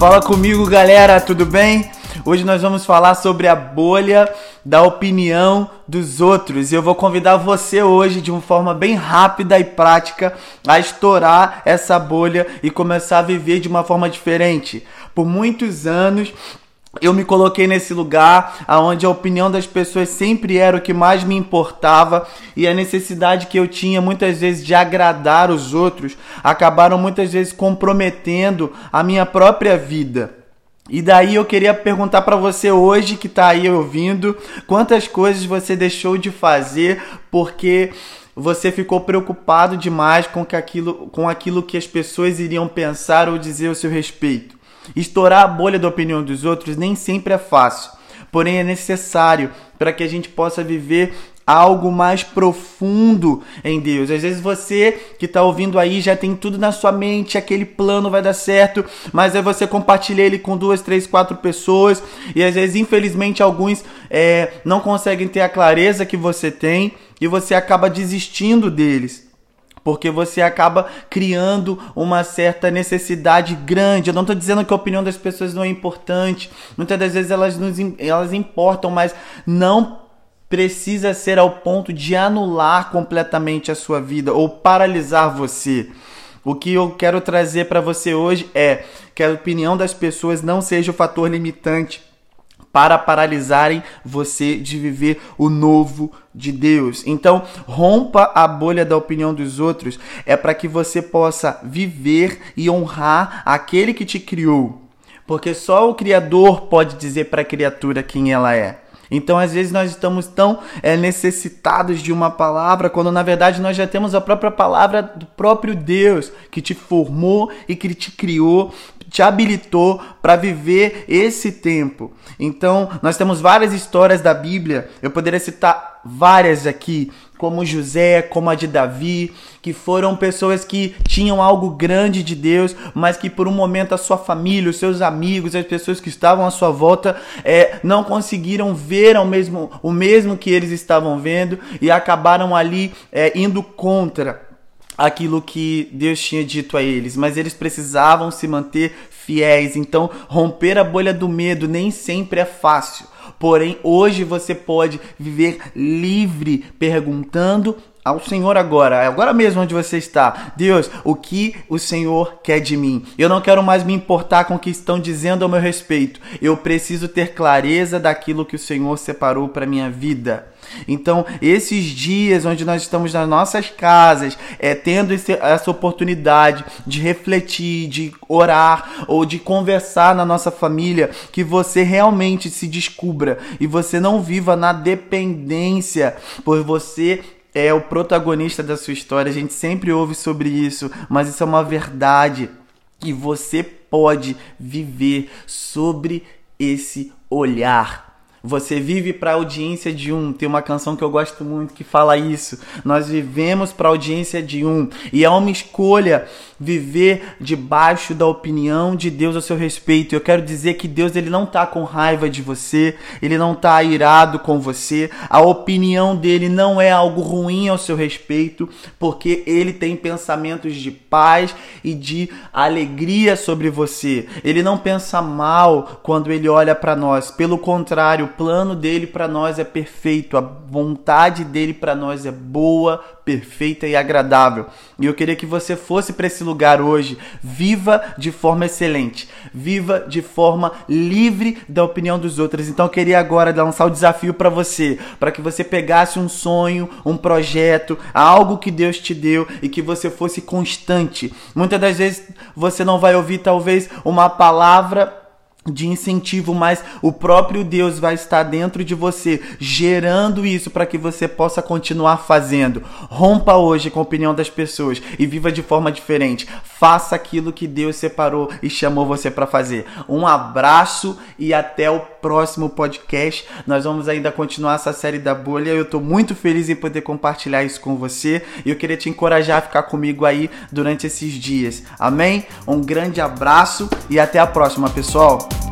Fala comigo, galera, tudo bem? Hoje nós vamos falar sobre a bolha da opinião dos outros. E eu vou convidar você hoje, de uma forma bem rápida e prática, a estourar essa bolha e começar a viver de uma forma diferente. Por muitos anos, eu me coloquei nesse lugar onde a opinião das pessoas sempre era o que mais me importava, e a necessidade que eu tinha muitas vezes de agradar os outros acabaram muitas vezes comprometendo a minha própria vida. E daí eu queria perguntar para você hoje que está aí ouvindo, quantas coisas você deixou de fazer porque você ficou preocupado demais com aquilo que as pessoas iriam pensar ou dizer ao seu respeito. Estourar a bolha da opinião dos outros nem sempre é fácil, porém é necessário para que a gente possa viver algo mais profundo em Deus. Às vezes você que está ouvindo aí já tem tudo na sua mente, aquele plano vai dar certo, mas aí você compartilha ele com 2, 3, 4 pessoas e às vezes, infelizmente, alguns não conseguem ter a clareza que você tem e você acaba desistindo deles. Porque você acaba criando uma certa necessidade grande. Eu não estou dizendo que a opinião das pessoas não é importante. Muitas das vezes elas importam, mas não precisa ser ao ponto de anular completamente a sua vida ou paralisar você. O que eu quero trazer para você hoje é que a opinião das pessoas não seja o fator limitante para paralisarem você de viver o novo de Deus. Então, rompa a bolha da opinião dos outros, é para que você possa viver e honrar aquele que te criou. Porque só o Criador pode dizer para a criatura quem ela é. Então, às vezes, nós estamos tão necessitados de uma palavra, quando na verdade nós já temos a própria palavra do próprio Deus, que te formou e que te criou, te habilitou para viver esse tempo. Então, nós temos várias histórias da Bíblia, eu poderia citar várias aqui, como José, como a de Davi, que foram pessoas que tinham algo grande de Deus, mas que por um momento a sua família, os seus amigos, as pessoas que estavam à sua volta não conseguiram ver o mesmo que eles estavam vendo e acabaram ali indo contra aquilo que Deus tinha dito a eles, mas eles precisavam se manter fiéis. Então, romper a bolha do medo nem sempre é fácil. Porém, hoje você pode viver livre, perguntando ao Senhor agora mesmo onde você está. Deus, o que o Senhor quer de mim? Eu não quero mais me importar com o que estão dizendo ao meu respeito. Eu preciso ter clareza daquilo que o Senhor separou para minha vida. Então, esses dias onde nós estamos nas nossas casas, tendo essa oportunidade de refletir, de orar ou de conversar na nossa família, que você realmente se descubra e você não viva na dependência, pois você é o protagonista da sua história. A gente sempre ouve sobre isso, mas isso é uma verdade e você pode viver sobre esse olhar. Você vive para a audiência de um. Tem uma canção que eu gosto muito que fala isso. Nós vivemos para a audiência de um. E é uma escolha viver debaixo da opinião de Deus a seu respeito. Eu quero dizer que Deus, ele não está com raiva de você. Ele não está irado com você. A opinião dele não é algo ruim ao seu respeito, porque ele tem pensamentos de paz e de alegria sobre você. Ele não pensa mal quando ele olha para nós. Pelo contrário, o plano dele para nós é perfeito, a vontade dele para nós é boa, perfeita e agradável. E eu queria que você fosse para esse lugar hoje. Viva de forma excelente, viva de forma livre da opinião dos outros. Então eu queria agora lançar o desafio para você, para que você pegasse um sonho, um projeto, algo que Deus te deu e que você fosse constante. Muitas das vezes você não vai ouvir talvez uma palavra de incentivo, mas o próprio Deus vai estar dentro de você, gerando isso para que você possa continuar fazendo. Rompa hoje com a opinião das pessoas e viva de forma diferente. Faça aquilo que Deus separou e chamou você para fazer. Um abraço e até o próximo podcast. Nós vamos ainda continuar essa série da bolha. Eu estou muito feliz em poder compartilhar isso com você e eu queria te encorajar a ficar comigo aí durante esses dias. Amém? Um grande abraço e até a próxima, pessoal.